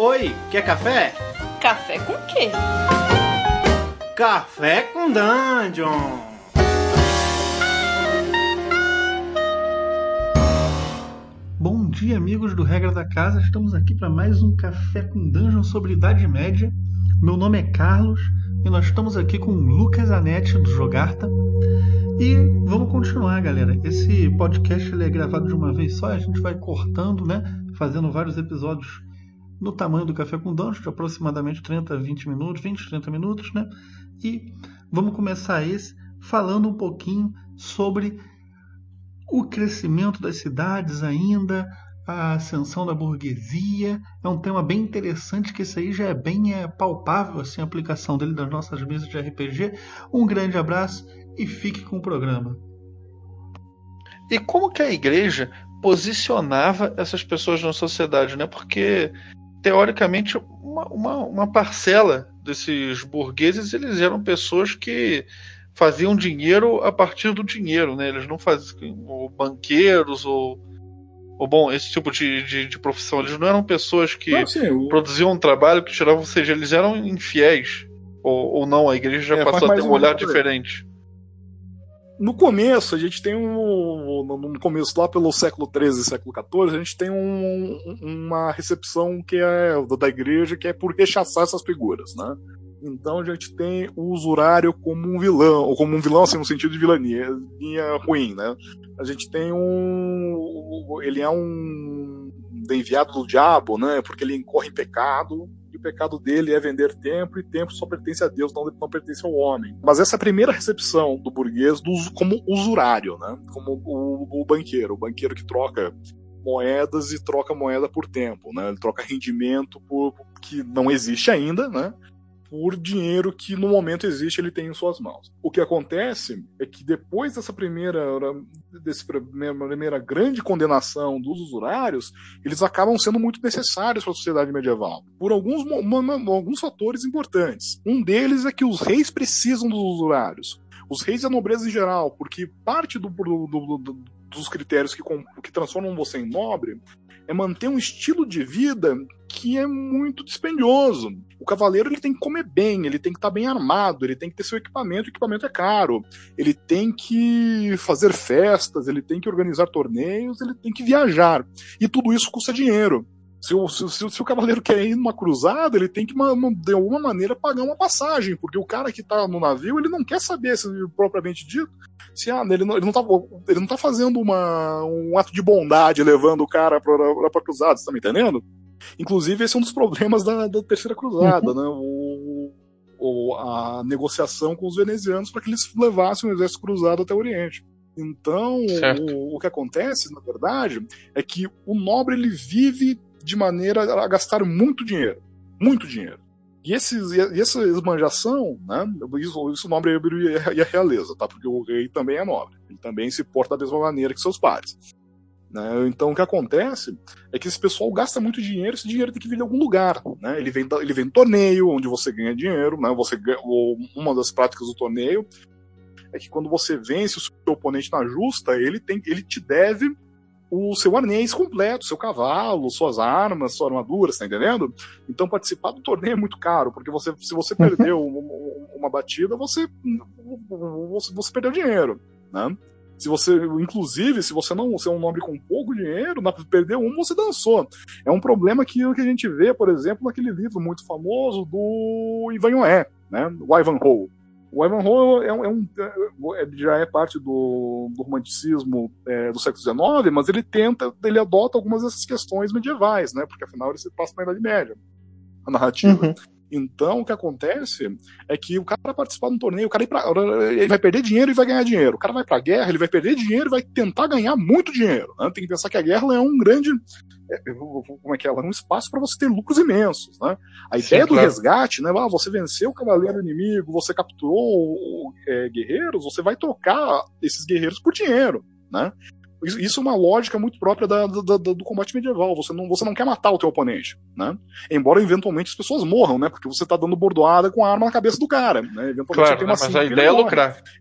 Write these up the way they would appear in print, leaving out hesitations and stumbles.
Oi, quer café? Café com quê? Café com Dungeon! Bom dia, amigos do Regra da Casa. Estamos aqui para mais um Café com Dungeon sobre Idade Média. Meu nome é Carlos e nós estamos aqui com o Lucas Anetti do Jogarta. E vamos continuar, galera. Esse podcast ele é gravado de uma vez só, a gente vai cortando, né? Fazendo vários episódios no tamanho do Café com Dungeon, de aproximadamente 30 a 20 minutos, 20 a 30 minutos, né? E vamos começar esse falando um pouquinho sobre o crescimento das cidades ainda, a ascensão da burguesia. É um tema bem interessante, que esse aí já é bem palpável, assim, a aplicação dele nas nossas mesas de RPG. Um grande abraço e fique com o programa. E como que a igreja posicionava essas pessoas na sociedade, né? Porque, teoricamente, uma parcela desses burgueses, eles eram pessoas que faziam dinheiro a partir do dinheiro, né? Eles não faziam, ou banqueiros, ou bom, esse tipo de profissão. Eles não eram pessoas que produziam um trabalho que tiravam, ou seja, eles eram infiéis. Ou não, a igreja já passou a ter um olhar diferente. No começo, a gente tem no começo lá pelo século XIII e século XIV, a gente tem uma recepção que é da igreja, que é por rechaçar essas figuras, né? Então a gente tem o usurário como um vilão, ou como um vilão assim, no sentido de vilania ruim, né? A gente tem ele é um enviado do diabo, né? Porque ele incorre em pecado, e o pecado dele é vender tempo, e tempo só pertence a Deus, não pertence ao homem. Mas essa é a primeira recepção do burguês como usurário, né? Como o banqueiro que troca moedas e troca moeda por tempo, né? Ele troca rendimento que não existe ainda, né? Por dinheiro que no momento existe, ele tem em suas mãos. O que acontece é que depois dessa primeira grande condenação dos usurários, eles acabam sendo muito necessários para a sociedade medieval, por alguns fatores importantes. Um deles é que os reis precisam dos usurários. Os reis e a nobreza em geral, porque parte dos critérios que transformam você em nobre é manter um estilo de vida que é muito dispendioso. O cavaleiro ele tem que comer bem, ele tem que estar bem armado, ele tem que ter seu equipamento, o equipamento é caro, ele tem que fazer festas, ele tem que organizar torneios, ele tem que viajar. E tudo isso custa dinheiro. Se o cavaleiro quer ir numa cruzada, ele tem que, de alguma maneira, pagar uma passagem, porque o cara que está no navio, ele não quer saber, propriamente dito, se ele não tá fazendo um ato de bondade levando o cara para cruzada, você tá me entendendo? Inclusive, esse é um dos problemas da Terceira Cruzada, né? A negociação com os venezianos para que eles levassem o exército cruzado até o Oriente. Então, o que acontece, na verdade, é que o nobre ele vive de maneira a gastar muito dinheiro. Muito dinheiro. E essa esbanjação, né? Isso o nobre e a realeza, tá? Porque o rei também é nobre. Ele também se porta da mesma maneira que seus pares. Né? Então o que acontece é que esse pessoal gasta muito dinheiro, esse dinheiro tem que vir de algum lugar, né? Ele vem do torneio, onde você ganha dinheiro, né? Uma das práticas do torneio é que quando você vence o seu oponente na justa, ele te deve o seu arnês completo, seu cavalo, suas armas, sua armadura, tá entendendo? Então participar do torneio é muito caro, porque se você perdeu uma batida, você perdeu dinheiro, né? Inclusive, se você é um nobre com pouco dinheiro, perder você dançou. É um problema que a gente vê, por exemplo, naquele livro muito famoso do Ivanhoe, né? O Ivanhoe. O Ivanhoe já é parte do romanticismo do século XIX, mas ele adota algumas dessas questões medievais, né? Porque afinal ele se passa na Idade Média, a narrativa. Então, o que acontece é que o cara vai participar de um torneio, ele vai perder dinheiro e vai ganhar dinheiro. O cara vai pra guerra, ele vai perder dinheiro e vai tentar ganhar muito dinheiro. Né? Tem que pensar que a guerra é um grande... Ela é um espaço para você ter lucros imensos. Né? A ideia do resgate, né? Você venceu o cavaleiro inimigo, você capturou guerreiros, você vai trocar esses guerreiros por dinheiro. Né? Isso é uma lógica muito própria do combate medieval. Você não quer matar o teu oponente, né? Embora eventualmente as pessoas morram, né? Porque você está dando bordoada com a arma na cabeça do cara, né? Eventualmente claro, mas a ideia é lucrar.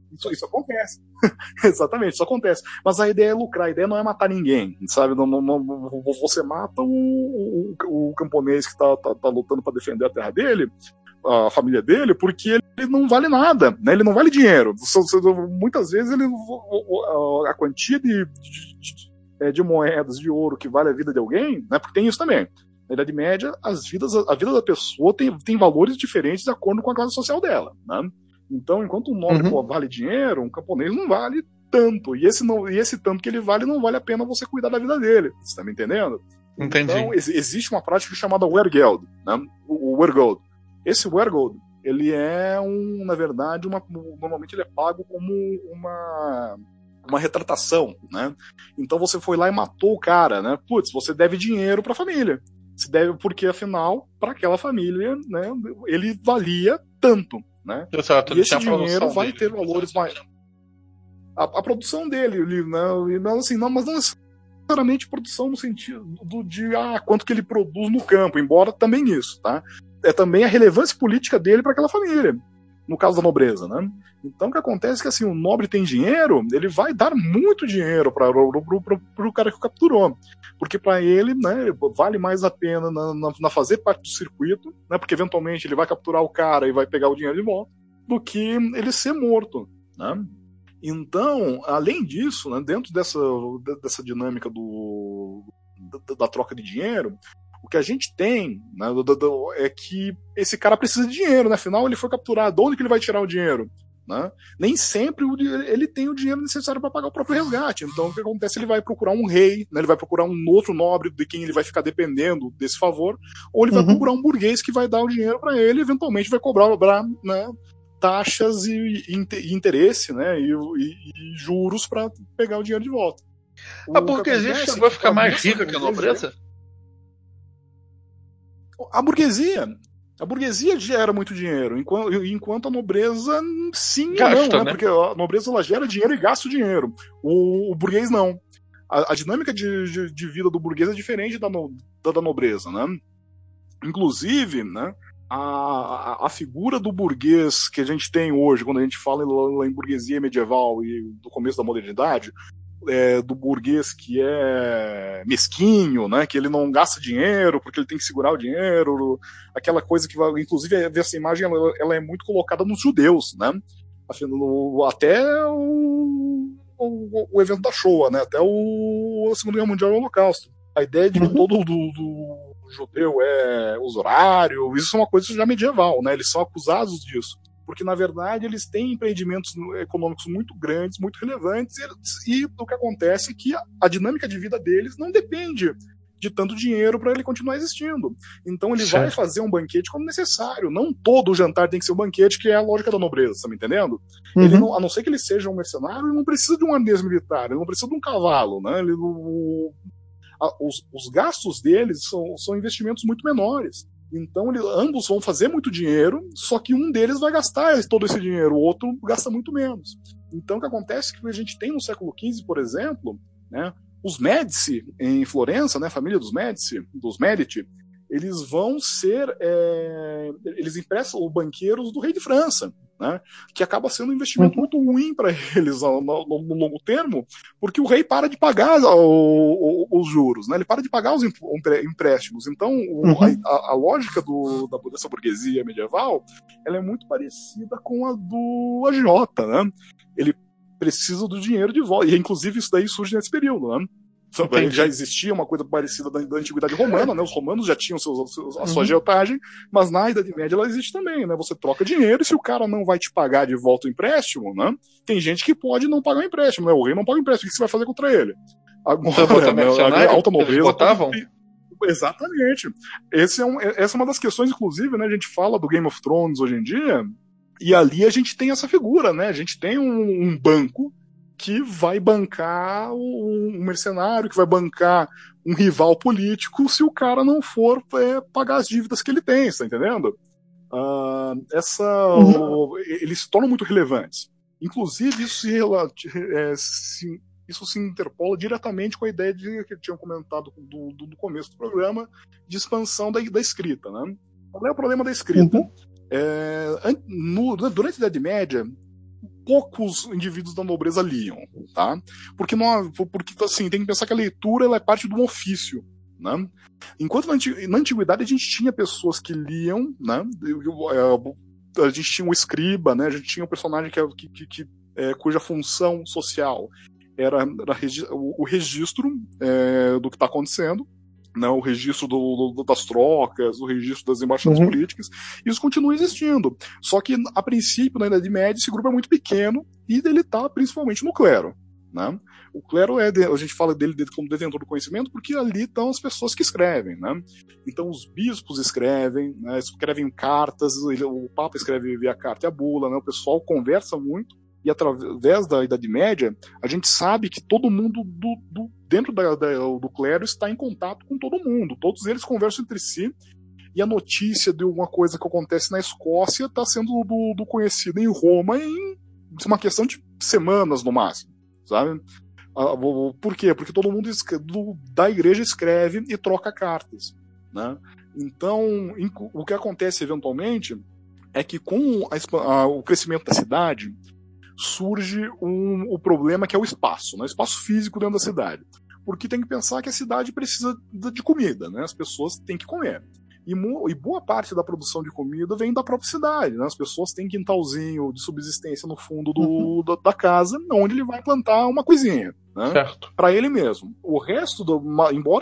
Isso acontece. Exatamente, isso acontece. Mas a ideia é lucrar, a ideia não é matar ninguém, sabe? Você mata o camponês que tá lutando para defender a terra dele, a família dele, porque ele não vale nada, né? Ele não vale dinheiro. Muitas vezes a quantia de moedas de ouro que vale a vida de alguém, né? Porque tem isso também. Na Idade Média, a vida da pessoa tem valores diferentes de acordo com a classe social dela, né? Então, enquanto um nobre vale dinheiro, um camponês não vale tanto. E esse tanto que ele vale, não vale a pena você cuidar da vida dele. Você tá me entendendo? Entendi. Então, existe uma prática chamada Wergeld, né? O Wergold. Esse Wergold, ele é na verdade, normalmente ele é pago como uma retratação, né? Então você foi lá e matou o cara, né? Putz, você deve dinheiro pra família. Se deve, porque afinal, para aquela família, né, ele valia tanto, né? Exato, e esse dinheiro vai ter valores mais. A produção dele, né? Não, assim, não, mas não necessariamente produção no sentido de quanto que ele produz no campo, embora também isso, tá? É também a relevância política dele para aquela família, no caso da nobreza, né? Então o que acontece é que assim, o nobre tem dinheiro, ele vai dar muito dinheiro para o cara que o capturou, porque para ele, né, vale mais a pena na fazer parte do circuito, né, porque eventualmente ele vai capturar o cara e vai pegar o dinheiro de volta, do que ele ser morto, né? Então, além disso, né, dentro dessa dinâmica da troca de dinheiro, o que a gente tem, né, é que esse cara precisa de dinheiro, né? Afinal ele foi capturado, de onde que ele vai tirar o dinheiro? Né? Nem sempre ele tem o dinheiro necessário para pagar o próprio resgate. Então o que acontece? Ele vai procurar um rei, né? Ele vai procurar um outro nobre de quem ele vai ficar dependendo desse favor, ou ele vai procurar um burguês que vai dar o dinheiro para ele e eventualmente vai cobrar, né, taxas e interesse, né, e juros para pegar o dinheiro de volta. A burguesia chegou a ficar mais rica que a nobreza? A burguesia gera muito dinheiro, enquanto a nobreza, sim e não, né? Porque a nobreza ela gera dinheiro e gasta o dinheiro. O burguês não. A dinâmica de vida do burguês é diferente da nobreza, né? Inclusive, né, a figura do burguês que a gente tem hoje, quando a gente fala em burguesia medieval e do começo da modernidade, do burguês que é mesquinho, né, que ele não gasta dinheiro porque ele tem que segurar o dinheiro, aquela coisa que, inclusive, essa imagem ela é muito colocada nos judeus, né, até o evento da Shoah, né, até a Segunda Guerra Mundial e o Holocausto. A ideia de que todo do judeu é usurário, isso é uma coisa já medieval, né, eles são acusados disso. Porque, na verdade, eles têm empreendimentos econômicos muito grandes, muito relevantes, e o que acontece é que a dinâmica de vida deles não depende de tanto dinheiro para ele continuar existindo. Então ele vai fazer um banquete quando necessário. Não todo jantar tem que ser um banquete, que é a lógica da nobreza, tá me entendendo? Ele não, a não ser que ele seja um mercenário, ele não precisa de um arnês militar, ele não precisa de um cavalo, né? Os gastos deles são investimentos muito menores. Então ambos vão fazer muito dinheiro, só que um deles vai gastar todo esse dinheiro, o outro gasta muito menos. Então o que acontece é que a gente tem no século XV, por exemplo, né, os Médici em Florença, né, a família dos Medici, eles vão ser eles emprestam os banqueiros do rei de França, né, que acaba sendo um investimento muito ruim para eles no longo termo, porque o rei para de pagar os juros, né, ele para de pagar os empréstimos. Então a lógica dessa burguesia medieval, ela é muito parecida com a do agiota, né? Ele precisa do dinheiro de volta, e inclusive isso daí surge nesse período, né? Já existia uma coisa parecida da Antiguidade Romana, né? Os romanos já tinham a sua agiotagem, mas na Idade Média ela existe também, né? Você troca dinheiro e se o cara não vai te pagar de volta o empréstimo, né? Tem gente que pode não pagar o empréstimo, né? O rei não paga o empréstimo, o que você vai fazer contra ele? Agora, né, a alta nobreza... Exatamente. Essa é uma das questões, inclusive, né? A gente fala do Game of Thrones hoje em dia, e ali a gente tem essa figura, né? A gente tem um banco que vai bancar um mercenário, que vai bancar um rival político se o cara não for pagar as dívidas que ele tem, tá entendendo? Eles se tornam muito relevantes. Inclusive, isso se interpola diretamente com a ideia que eu tinha comentado do começo do programa, de expansão da escrita, né? Qual é o problema da escrita? Durante a Idade Média, poucos indivíduos da nobreza liam, tá? Porque assim, tem que pensar que a leitura ela é parte de um ofício, né? Enquanto na antiguidade a gente tinha pessoas que liam, né? A gente tinha um escriba, né? A gente tinha um personagem cuja função social era o registro do que está acontecendo, né, o registro das trocas, o registro das embaixadas políticas. Isso continua existindo. Só que, a princípio, na Idade Média, esse grupo é muito pequeno e ele está principalmente no clero. Né? O clero a gente fala dele como detentor do conhecimento porque ali estão as pessoas que escrevem. Né? Então, os bispos escrevem, né, escrevem cartas, o Papa escreve via carta e a bula, né, o pessoal conversa muito. E através da Idade Média, a gente sabe que todo mundo dentro do clero está em contato com todo mundo. Todos eles conversam entre si. E a notícia de uma coisa que acontece na Escócia está sendo conhecida em Roma em uma questão de semanas, no máximo. Sabe? Por quê? Porque todo mundo da igreja escreve e troca cartas. Né? Então, o que acontece eventualmente é que com o crescimento da cidade, surge o problema que é o espaço, né? O espaço físico dentro da cidade. Porque tem que pensar que a cidade precisa de comida, né? As pessoas têm que comer. E boa parte da produção de comida vem da própria cidade, né? As pessoas têm quintalzinho de subsistência no fundo da casa, onde ele vai plantar uma coisinha, né? Para ele mesmo. O resto, embora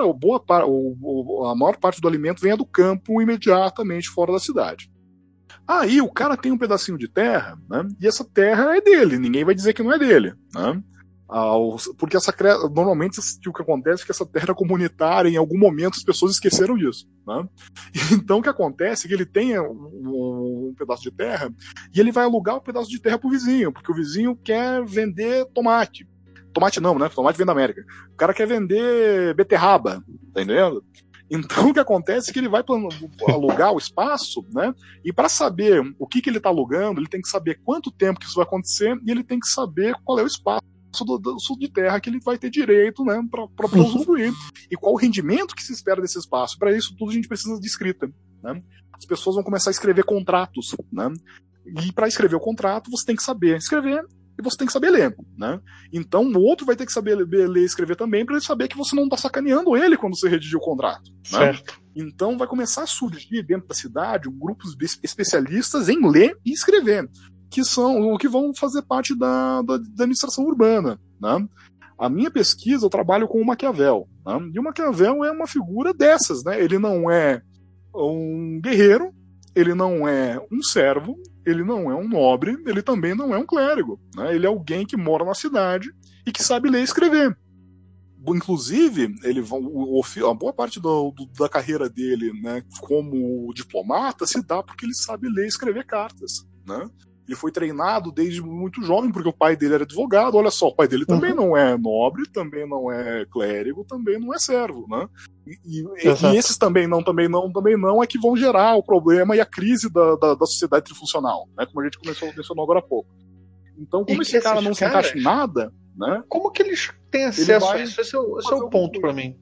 a maior parte do alimento venha do campo imediatamente fora da cidade. Aí o cara tem um pedacinho de terra, né? E essa terra é dele, ninguém vai dizer que não é dele, né? Porque normalmente o que acontece é que essa terra é comunitária, em algum momento as pessoas esqueceram disso, né? Então o que acontece é que ele tem um pedaço de terra e ele vai alugar um pedaço de terra pro vizinho, porque o vizinho quer vender tomate. Tomate não, né? Tomate vem da América. O cara quer vender beterraba, tá entendendo? Então o que acontece é que ele vai alugar o espaço, né? E para saber o que ele está alugando, ele tem que saber quanto tempo que isso vai acontecer e ele tem que saber qual é o espaço do sul de terra que ele vai ter direito, né, para usufruir e qual o rendimento que se espera desse espaço. Para isso tudo a gente precisa de escrita, né? As pessoas vão começar a escrever contratos, né? E para escrever o contrato você tem que saber escrever e você tem que saber ler, né? Então o outro vai ter que saber ler e escrever também para ele saber que você não está sacaneando ele quando você redigir o contrato, né? Certo. Então vai começar a surgir dentro da cidade grupos especialistas em ler e escrever, que vão fazer parte da administração urbana, né? A minha pesquisa, eu trabalho com o Maquiavel, né? E o Maquiavel é uma figura dessas, né? Ele não é um guerreiro, ele não é um servo, ele não é um nobre, ele também não é um clérigo, né? Ele é alguém que mora na cidade e que sabe ler e escrever. Inclusive, a boa parte da carreira dele, né, como diplomata se dá porque ele sabe ler e escrever cartas, né? Ele foi treinado desde muito jovem, porque o pai dele era advogado. Olha só, o pai dele também não é nobre, também não é clérigo, também não é servo, né? E esses também não é que vão gerar o problema e a crise da sociedade trifuncional, né? Como a gente mencionou agora há pouco. Então, como esse cara não se encaixa em nada, né? Como que eles têm acesso a isso? Esse é o ponto para mim.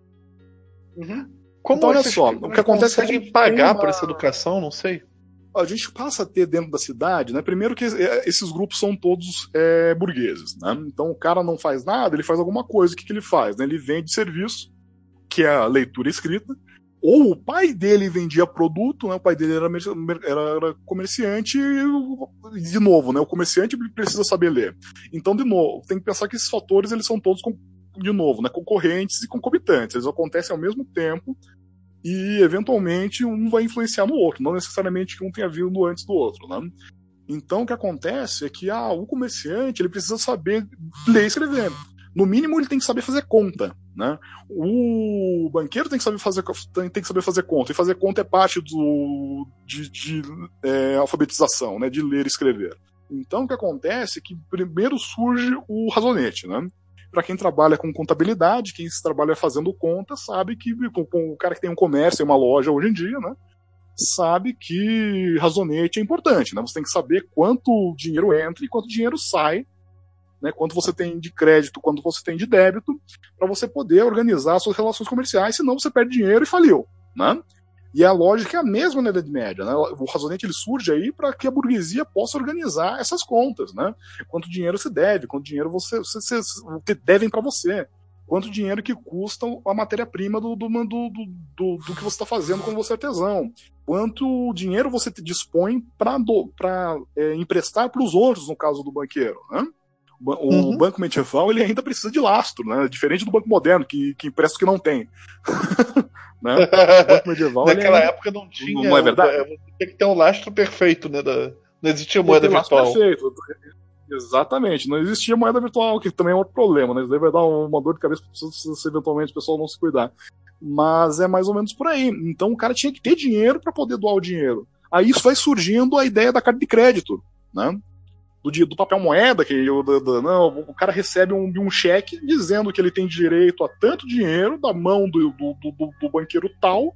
Como então, olha só, o que acontece é que conseguem pagar por essa educação, não sei. A gente passa a ter dentro da cidade, né? Primeiro que esses grupos são todos burgueses, né? Então o cara não faz nada, ele faz alguma coisa. O que ele faz? Né? Ele vende serviço, que é a leitura escrita, ou o pai dele vendia produto, né? O pai dele era comerciante, e de novo, né? O comerciante precisa saber ler. Então, de novo, tem que pensar que esses fatores eles são todos, de novo, né? Concorrentes e concomitantes. Eles acontecem ao mesmo tempo. E, eventualmente, um vai influenciar no outro, não necessariamente que um tenha vindo antes do outro, né? Então, o que acontece é que o comerciante ele precisa saber ler e escrever. No mínimo, ele tem que saber fazer conta, né? O banqueiro tem que saber fazer conta, e fazer conta é parte de alfabetização, né? De ler e escrever. Então, o que acontece é que primeiro surge o razonete, né? Para quem trabalha com contabilidade, quem trabalha fazendo conta, sabe que o cara que tem um comércio e uma loja hoje em dia, né, sabe que razonete é importante, né? Você tem que saber quanto dinheiro entra e quanto dinheiro sai, né? Quanto você tem de crédito, quanto você tem de débito, para você poder organizar suas relações comerciais, senão você perde dinheiro e faliu, né? E a lógica é a mesma na Idade Média, né? O razonete ele surge aí para que a burguesia possa organizar essas contas, né? Quanto dinheiro você deve, quanto dinheiro você devem para você, quanto dinheiro que custa a matéria-prima do que você está fazendo quando você é artesão, quanto dinheiro você dispõe para emprestar para os outros, no caso do banqueiro, né? O banco medieval ele ainda precisa de lastro, né? Diferente do banco moderno, que empresta o que não tem. Né? O banco medieval. Naquela época não tinha. Não é verdade? Você tem que ter um lastro perfeito, né? Não existia moeda virtual. Perfeito. Exatamente, não existia moeda virtual, que também é outro problema, né? Isso daí vai dar uma dor de cabeça se eventualmente o pessoal não se cuidar. Mas é mais ou menos por aí. Então o cara tinha que ter dinheiro para poder doar o dinheiro. Aí isso vai surgindo a ideia da carta de crédito, né? Do papel moeda, que não, o cara recebe um cheque dizendo que ele tem direito a tanto dinheiro da mão do banqueiro tal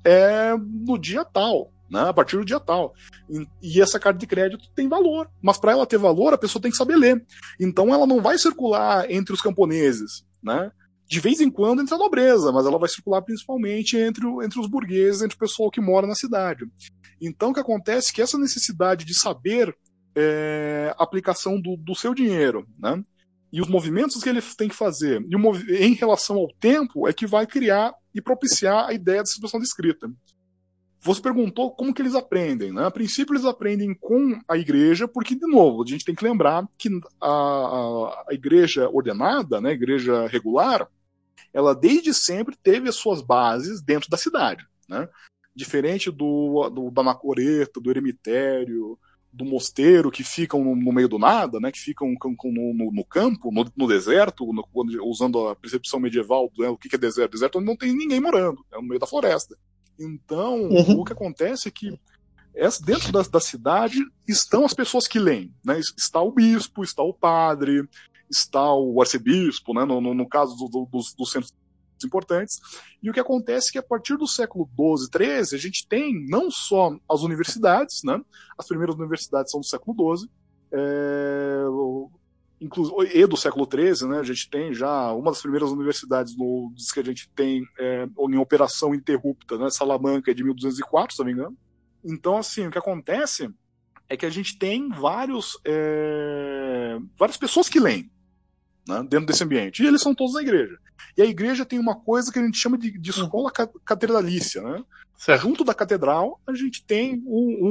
no dia tal, né, a partir do dia tal. E essa carta de crédito tem valor, mas para ela ter valor a pessoa tem que saber ler. Então ela não vai circular entre os camponeses, né? De vez em quando entre a nobreza, mas ela vai circular principalmente entre os burgueses, entre o pessoal que mora na cidade. Então o que acontece é que essa necessidade de saber a aplicação do seu dinheiro, né? E os movimentos que ele tem que fazer em relação ao tempo é que vai criar e propiciar a ideia da situação descrita. Você perguntou como que eles aprendem, né? A princípio eles aprendem com a igreja, porque, de novo, a gente tem que lembrar que a igreja ordenada, né, a igreja regular, ela desde sempre teve as suas bases dentro da cidade, né? Diferente da anacoreta, do eremitério, do mosteiro, que ficam no meio do nada, né, que ficam no campo, no deserto, usando a percepção medieval do o que é deserto. Deserto onde não tem ninguém morando, é no meio da floresta. Então, o que acontece é que dentro da cidade estão as pessoas que leem, né? Está o bispo, está o padre, está o arcebispo, né? No caso dos centros importantes. E o que acontece é que a partir do século XII, XIII, a gente tem não só as universidades, né? As primeiras universidades são do século XII, e do século XIII, né? A gente tem já uma das primeiras universidades que a gente tem em operação interrupta, né? Salamanca é de 1204, se não me engano. Então, assim, o que acontece é que a gente tem várias pessoas que leem, né, dentro desse ambiente. E eles são todos da igreja. E a igreja tem uma coisa que a gente chama de escola catedralícia, né? Junto da catedral, a gente tem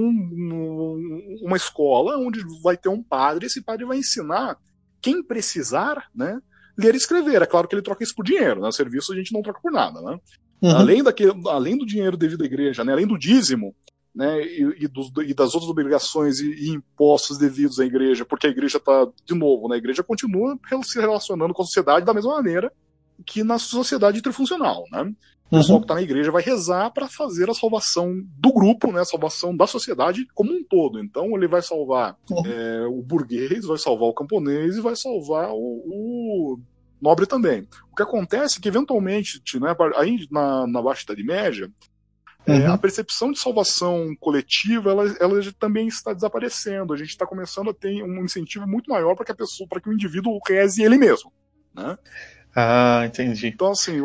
uma escola onde vai ter um padre, e esse padre vai ensinar quem precisar, né, ler e escrever. É claro que ele troca isso por dinheiro, né? O serviço a gente não troca por nada, né? Além do dinheiro devido à igreja, né, além do dízimo, né, e das outras obrigações e impostos devidos à igreja, porque a igreja está, de novo, né, a igreja continua se relacionando com a sociedade da mesma maneira que na sociedade interfuncional, né? O pessoal que está na igreja vai rezar para fazer a salvação do grupo, né, a salvação da sociedade como um todo. Então ele vai salvar o burguês, vai salvar o camponês e vai salvar o nobre também. O que acontece é que, eventualmente, né, aí na Baixa Idade Média, a percepção de salvação coletiva ela também está desaparecendo. A gente está começando a ter um incentivo muito maior para que o indivíduo reze ele mesmo, né? Ah, entendi. Então, assim,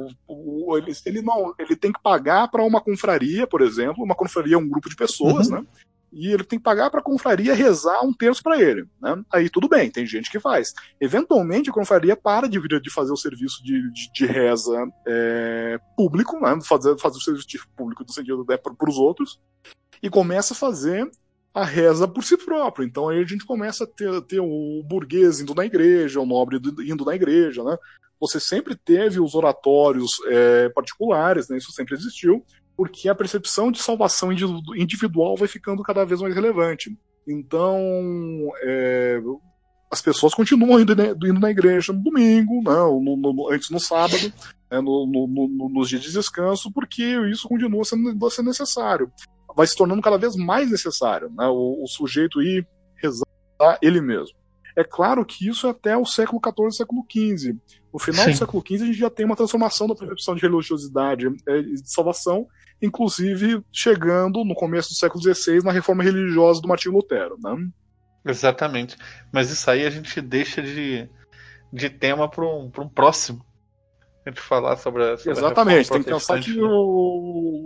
ele tem que pagar para uma confraria, por exemplo. Uma confraria é um grupo de pessoas, né? E ele tem que pagar para a confraria rezar um terço para ele, né? Aí tudo bem, tem gente que faz. Eventualmente a confraria para de fazer o serviço de reza público, né? Fazer o serviço público no sentido para os outros, e começa a fazer a reza por si próprio. Então aí a gente começa a ter o burguês indo na igreja, o nobre indo na igreja, né? Você sempre teve os oratórios particulares, né? Isso sempre existiu, porque a percepção de salvação individual vai ficando cada vez mais relevante. Então, as pessoas continuam indo na igreja no domingo, né, antes no sábado, nos dias de descanso, porque isso continua sendo necessário. Vai se tornando cada vez mais necessário, né, o sujeito ir rezar ele mesmo. É claro que isso é até o século XIV, século XV. No final do século XV, a gente já tem uma transformação da percepção de religiosidade e de salvação, inclusive chegando no começo do século XVI na reforma religiosa do Martinho Lutero, né? Exatamente. Mas isso aí a gente deixa de tema para um próximo. A gente falar sobre exatamente, tem que pensar que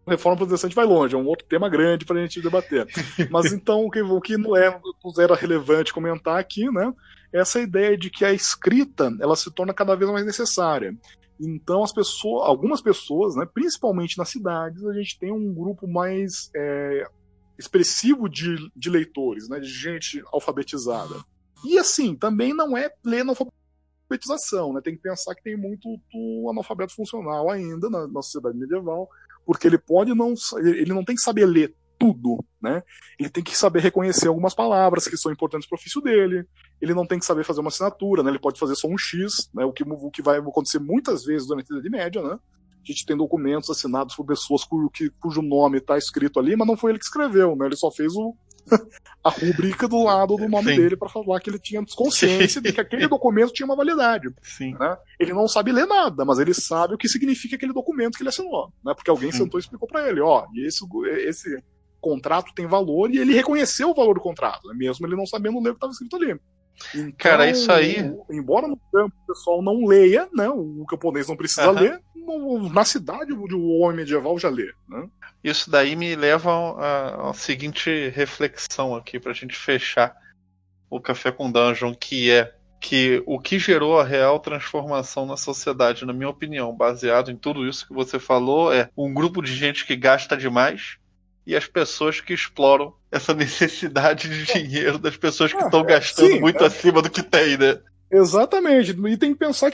reforma protestante vai longe, é um outro tema grande para a gente debater. Mas então, o que não era relevante comentar aqui, né, é essa ideia de que a escrita ela se torna cada vez mais necessária. Então, algumas pessoas, né, principalmente nas cidades, a gente tem um grupo mais expressivo de leitores, né, de gente alfabetizada. E assim, também não é plena alfabetização, né? Tem que pensar que tem muito analfabeto funcional ainda na sociedade medieval, porque ele não tem que saber ler tudo, né? Ele tem que saber reconhecer algumas palavras que são importantes para o ofício dele. Ele não tem que saber fazer uma assinatura, né? Ele pode fazer só um X, né? O que vai acontecer muitas vezes durante a Idade Média, né? A gente tem documentos assinados por pessoas cujo nome está escrito ali, mas não foi ele que escreveu, né? Ele só fez a rubrica do lado do nome dele para falar que ele tinha consciência de que aquele documento tinha uma validade. Né? Ele não sabe ler nada, mas ele sabe o que significa aquele documento que ele assinou, né? Porque alguém sentou e explicou para ele, e esse contrato tem valor, e ele reconheceu o valor do contrato, né? Mesmo ele não sabendo ler o que estava escrito ali. Então, cara, isso aí... Embora no campo o pessoal não leia, né? O camponês não precisa ler, na cidade o homem medieval já lê, né? Isso daí me leva a seguinte reflexão aqui pra gente fechar o Café com Dungeon, que é que o que gerou a real transformação na sociedade, na minha opinião, baseado em tudo isso que você falou, é um grupo de gente que gasta demais e as pessoas que exploram essa necessidade de dinheiro das pessoas que estão gastando muito acima do que tem, né? Exatamente, e tem que pensar que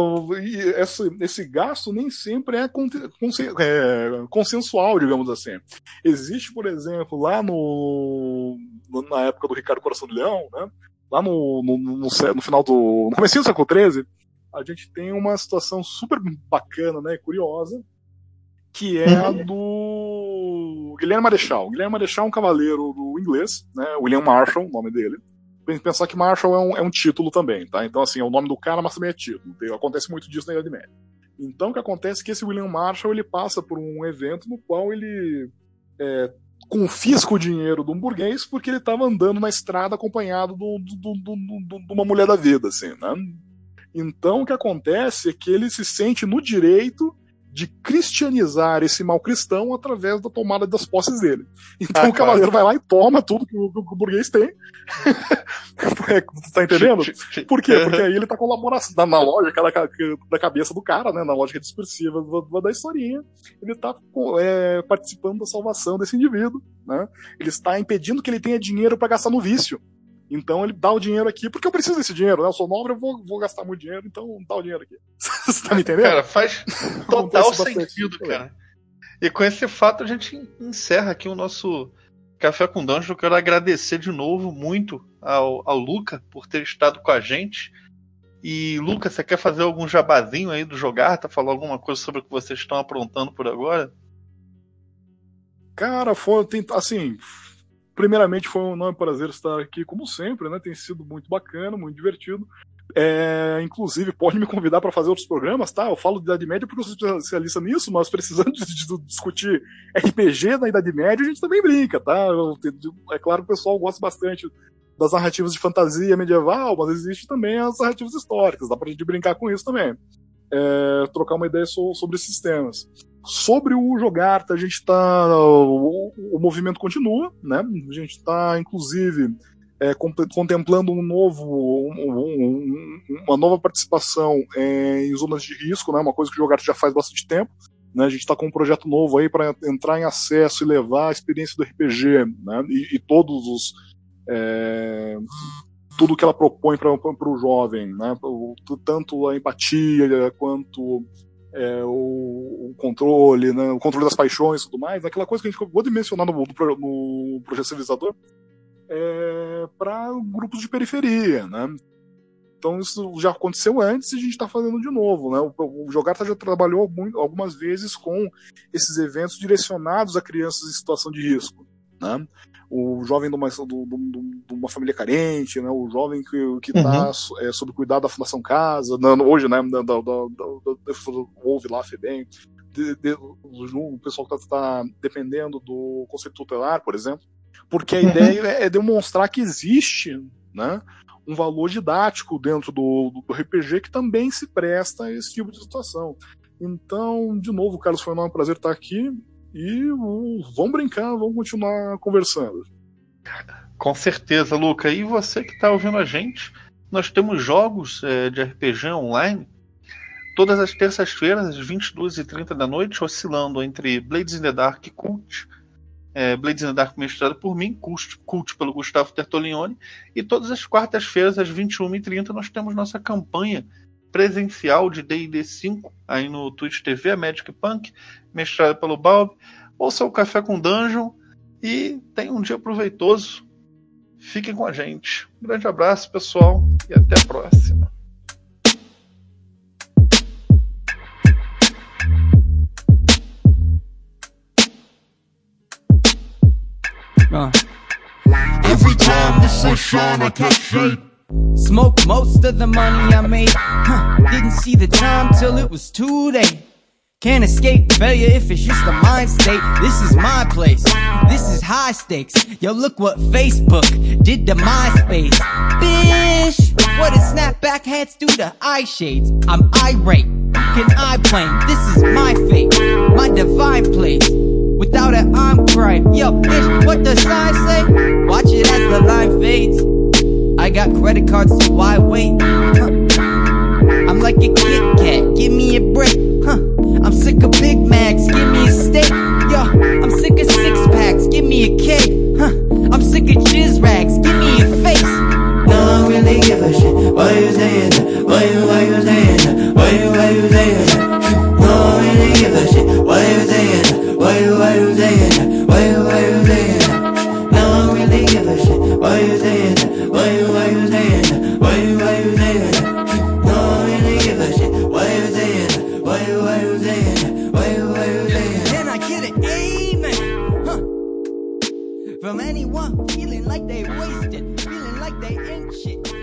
esse gasto nem sempre é consensual, digamos assim. Existe, por exemplo, lá na época do Ricardo Coração de Leão, né? Lá no final no comecinho do século XIII, a gente tem uma situação super bacana, né, e curiosa, que é a do Guilherme Marechal. Guilherme Marechal é um cavaleiro do inglês, né, William Marshall, o nome dele. Tem que pensar que Marshall é um título também, tá? Então, assim, é o nome do cara, mas também é título. Acontece muito disso na Idade Média. Então, o que acontece é que esse William Marshall, ele passa por um evento no qual ele confisca o dinheiro de um burguês porque ele estava andando na estrada acompanhado de uma mulher da vida, assim, né? Então, o que acontece é que ele se sente no direito de cristianizar esse mal cristão através da tomada das posses dele. Então o cavaleiro vai lá e toma tudo que o burguês tem. Tá entendendo? Por quê? Porque aí ele tá colaborando na lógica da cabeça do cara, né? Na lógica discursiva da historinha. Ele tá participando da salvação desse indivíduo, né? Ele está impedindo que ele tenha dinheiro para gastar no vício. Então ele dá o dinheiro aqui, porque eu preciso desse dinheiro, né? Eu sou nobre, eu vou gastar muito dinheiro, então dá o dinheiro aqui. Você tá me entendendo? Cara, faz total sentido, cara. E com esse fato a gente encerra aqui o nosso Café com Dungeon. Eu quero agradecer de novo muito ao Luca por ter estado com a gente. E, Luca, você quer fazer algum jabazinho aí do Jogarta? Falar alguma coisa sobre o que vocês estão aprontando por agora? Cara, assim... Primeiramente, foi um enorme prazer estar aqui, como sempre, né? Tem sido muito bacana, muito divertido. Inclusive, pode me convidar para fazer outros programas, tá? Eu falo de Idade Média porque eu sou especialista nisso, mas precisando de discutir RPG na Idade Média, a gente também brinca, tá? É claro que o pessoal gosta bastante das narrativas de fantasia medieval, mas existe também as narrativas históricas, dá pra gente brincar com isso também. Trocar uma ideia sobre esses temas. Sobre o Jogarta, a gente tá. O movimento continua, né? A gente está, inclusive, contemplando uma nova participação em zonas de risco, né? Uma coisa que o Jogarta já faz bastante tempo. Né? A gente está com um projeto novo aí para entrar em acesso e levar a experiência do RPG, né? E todos os. Tudo que ela propõe para o jovem, né? Tanto a empatia quanto o controle, né? O controle das paixões e tudo mais, aquela coisa que a gente acabou de mencionar no projeto civilizador, para grupos de periferia, né? Então isso já aconteceu antes e a gente está fazendo de novo, né? O Jogarta já trabalhou algumas vezes com esses eventos direcionados a crianças em situação de risco, né? O jovem de uma família carente, né? O jovem que está sob cuidado da Fundação Casa, hoje, né? Houve lá a FEBEM, o pessoal que está dependendo do Conselho Tutelar, por exemplo, porque a ideia é demonstrar que existe, né, um valor didático dentro do RPG que também se presta a esse tipo de situação. Então, de novo, Carlos, foi um prazer estar aqui. e vamos brincar, vamos continuar conversando. Com certeza, Luca. E você que está ouvindo a gente, nós temos jogos de RPG online todas as terças-feiras, às 22h30 da noite, oscilando entre Blades in the Dark e Cult. Blades in the Dark mestrado por mim, Cult pelo Gustavo Tertolioni. E todas as quartas-feiras, às 21h30, nós temos nossa campanha presencial de D&D 5 aí no Twitch TV, a Magic Punk, mestrada pelo Balb. Ouça o Café com Dungeon e tenha um dia proveitoso. Fiquem com a gente. Um grande abraço, pessoal, e até a próxima. Every time the sun shone, I kept shape. Smoked most of the money I made. Didn't see the time till it was too late. Can't escape failure if it's just a mind state. This is my place. This is high stakes. Yo, look what Facebook did to MySpace. Bish! What did snapback hats do to eye shades? I'm irate. Can I blame? This is my fate. My divine place. Without it, I'm right. Yo, bitch, what does sign say? Watch it as the line fades. I got credit cards, so why wait? I'm like a Kit Kat, give me a break. I'm sick of Big Macs, give me a steak. Yo, I'm sick of six packs, give me a cake. I'm sick of jizz rags, give me a face. No, I really give a shit. Why you saying that? Why you saying that? Why you saying that? No, I really give a shit. Why you saying that? Why you saying that? Why you saying that? No, I really give a shit. Why you saying that? Why you saying that? Why you saying that? No, I really give a shit. Why you saying that? Why you saying that? Why you saying that? Can I get an amen? From anyone feeling like they wasted, feeling like they ain't shit.